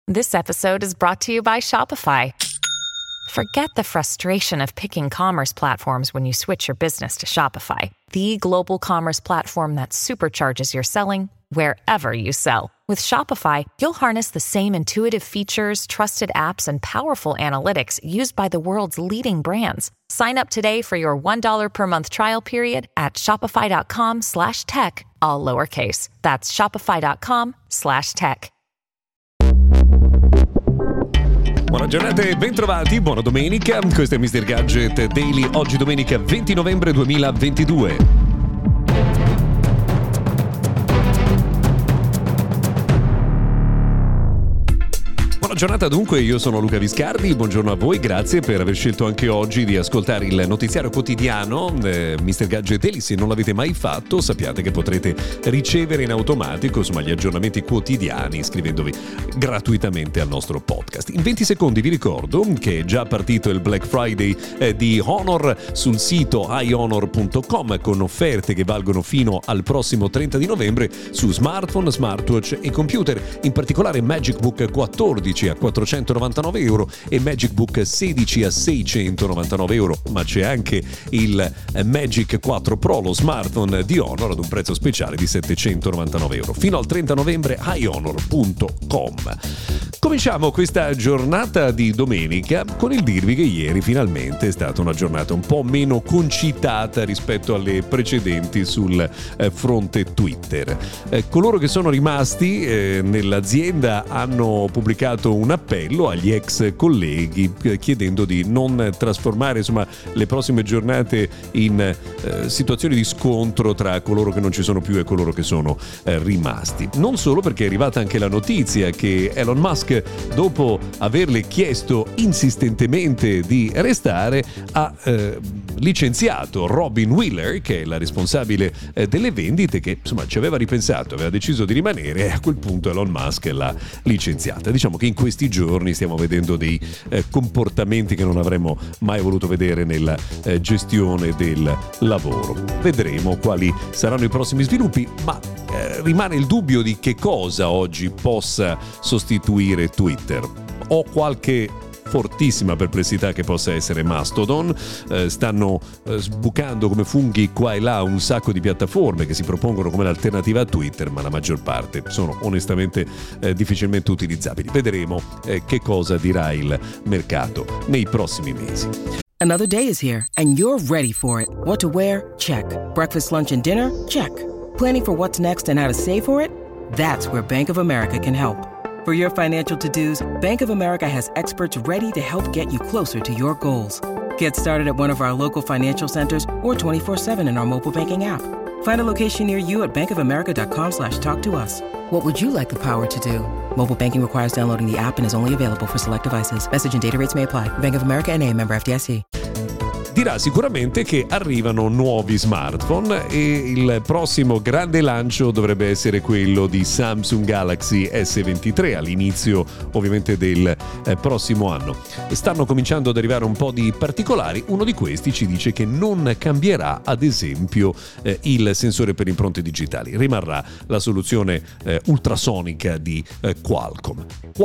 This episode is brought to you by Shopify. Forget the frustration of picking commerce platforms when you switch your business to Shopify, the global commerce platform that supercharges your selling wherever you sell. With Shopify, you'll harness the same intuitive features, trusted apps, and powerful analytics used by the world's leading brands. Sign up today for your $1 per month trial period at shopify.com/tech, all lowercase. That's shopify.com/tech. Buona giornata e bentrovati, buona domenica. Questo è Mr. Gadget Daily, oggi domenica 20 novembre 2022. Buona giornata dunque, io sono Luca Viscardi, buongiorno a voi, grazie per aver scelto anche oggi di ascoltare il notiziario quotidiano Mr. Gadget Daily. Se non l'avete mai fatto, sappiate che potrete ricevere in automatico gli aggiornamenti quotidiani iscrivendovi gratuitamente al nostro podcast. In 20 secondi vi ricordo che è già partito il Black Friday di Honor sul sito iHonor.com con offerte che valgono fino al prossimo 30 di novembre su smartphone, smartwatch e computer, in particolare Magic Book 14 a €499 e Magic Book 16 a €699, ma c'è anche il Magic 4 Pro, lo smartphone di Honor, ad un prezzo speciale di €799 fino al 30 novembre iHonor.com. Cominciamo questa giornata di domenica con il dirvi che ieri finalmente è stata una giornata un po' meno concitata rispetto alle precedenti sul fronte Twitter. Coloro che sono rimasti nell'azienda hanno pubblicato un appello agli ex colleghi chiedendo di non trasformare le prossime giornate in situazioni di scontro tra coloro che non ci sono più e coloro che sono rimasti. Non solo, perché è arrivata anche la notizia che Elon Musk, dopo averle chiesto insistentemente di restare, ha licenziato Robin Wheeler, che è la responsabile delle vendite, che ci aveva ripensato, aveva deciso di rimanere, e a quel punto Elon Musk l'ha licenziata. Diciamo che in questi giorni stiamo vedendo dei comportamenti che non avremmo mai voluto vedere nella gestione del lavoro. Vedremo quali saranno i prossimi sviluppi, ma rimane il dubbio di che cosa oggi possa sostituire Twitter. Ho qualche fortissima perplessità che possa essere Mastodon. Stanno sbucando come funghi qua e là un sacco di piattaforme che si propongono come l'alternativa a Twitter, ma la maggior parte sono onestamente difficilmente utilizzabili. Vedremo che cosa dirà il mercato nei prossimi mesi. Another day is here and you're ready for it. What to wear? Check. Breakfast, lunch and dinner? Check. Planning for what's next and how to save for it? That's where Bank of America can help. For your financial to-dos, Bank of America has experts ready to help get you closer to your goals. Get started at one of our local financial centers or 24/7 in our mobile banking app. Find a location near you at bankofamerica.com/talktous. What would you like the power to do? Mobile banking requires downloading the app and is only available for select devices. Message and data rates may apply. Bank of America N.A., member FDIC. Dirà sicuramente che arrivano nuovi smartphone e il prossimo grande lancio dovrebbe essere quello di Samsung Galaxy S23 all'inizio ovviamente del prossimo anno. Stanno cominciando ad arrivare un po' di particolari. Uno di questi ci dice che non cambierà ad esempio il sensore per impronte digitali, rimarrà la soluzione ultrasonica di Qualcomm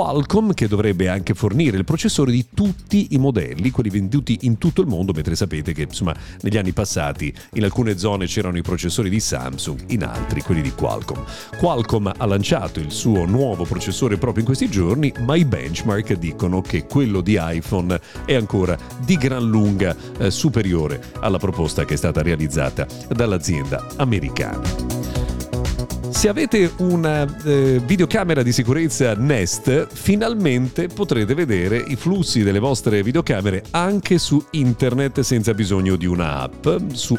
che dovrebbe anche fornire il processore di tutti i modelli, quelli venduti in tutto il mondo, mentre sapete che negli anni passati in alcune zone c'erano i processori di Samsung, in altri quelli di Qualcomm. Qualcomm ha lanciato il suo nuovo processore proprio in questi giorni, ma i benchmark dicono che quello di iPhone è ancora di gran lunga superiore alla proposta che è stata realizzata dall'azienda americana. Se avete una videocamera di sicurezza Nest, finalmente potrete vedere i flussi delle vostre videocamere anche su internet senza bisogno di una app. Su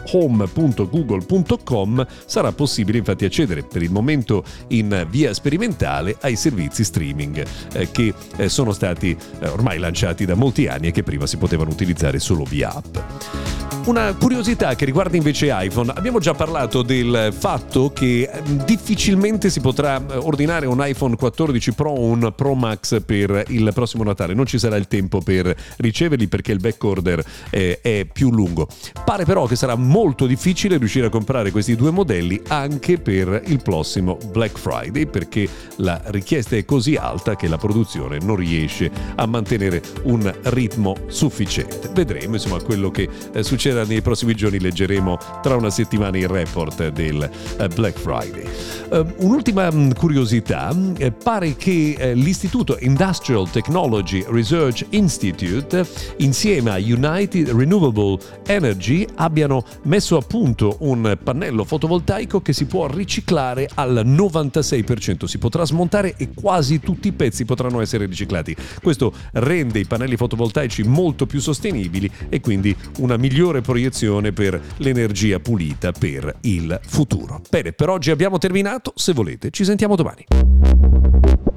home.google.com sarà possibile infatti accedere per il momento in via sperimentale ai servizi streaming che sono stati ormai lanciati da molti anni e che prima si potevano utilizzare solo via app. Una curiosità che riguarda invece iPhone: abbiamo già parlato del fatto che difficilmente difficilmente si potrà ordinare un iPhone 14 Pro o un Pro Max per il prossimo Natale, non ci sarà il tempo per riceverli perché il back order è più lungo. Pare però che sarà molto difficile riuscire a comprare questi due modelli anche per il prossimo Black Friday, perché la richiesta è così alta che la produzione non riesce a mantenere un ritmo sufficiente. Vedremo insomma quello che succederà nei prossimi giorni, leggeremo tra una settimana il report del Black Friday. Un'ultima curiosità, pare che l'Istituto Industrial Technology Research Institute insieme a United Renewable Energy abbiano messo a punto un pannello fotovoltaico che si può riciclare al 96%, si potrà smontare e quasi tutti i pezzi potranno essere riciclati. Questo rende i pannelli fotovoltaici molto più sostenibili e quindi una migliore proiezione per l'energia pulita per il futuro. Bene, per oggi abbiamo terminato, se volete ci sentiamo domani.